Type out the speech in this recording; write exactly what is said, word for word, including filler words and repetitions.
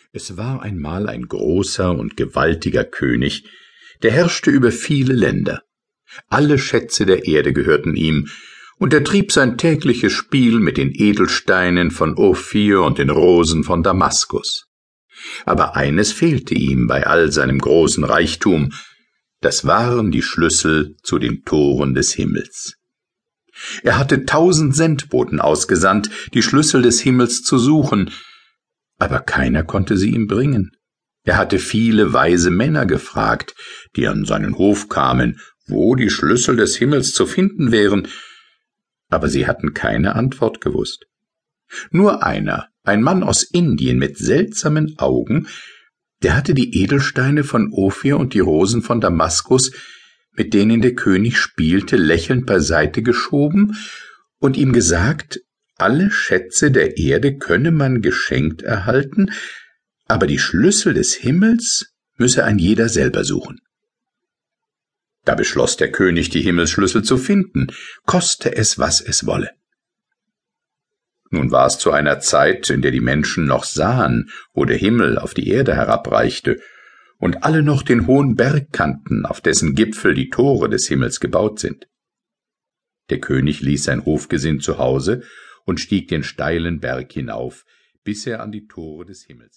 Es war einmal ein großer und gewaltiger König, der herrschte über viele Länder. Alle Schätze der Erde gehörten ihm, und er trieb sein tägliches Spiel mit den Edelsteinen von Ophir und den Rosen von Damaskus. Aber eines fehlte ihm bei all seinem großen Reichtum, das waren die Schlüssel zu den Toren des Himmels. Er hatte tausend Sendboten ausgesandt, die Schlüssel des Himmels zu suchen, aber keiner konnte sie ihm bringen. Er hatte viele weise Männer gefragt, die an seinen Hof kamen, wo die Schlüssel des Himmels zu finden wären, aber sie hatten keine Antwort gewusst. Nur einer, ein Mann aus Indien mit seltsamen Augen, der hatte die Edelsteine von Ophir und die Rosen von Damaskus, mit denen der König spielte, lächelnd beiseite geschoben und ihm gesagt, alle Schätze der Erde könne man geschenkt erhalten, aber die Schlüssel des Himmels müsse ein jeder selber suchen. Da beschloss der König, die Himmelsschlüssel zu finden, koste es, was es wolle. Nun war es zu einer Zeit, in der die Menschen noch sahen, wo der Himmel auf die Erde herabreichte, und alle noch den hohen Berg kannten, auf dessen Gipfel die Tore des Himmels gebaut sind. Der König ließ sein Hofgesind zu Hause und stieg den steilen Berg hinauf, bis er an die Tore des Himmels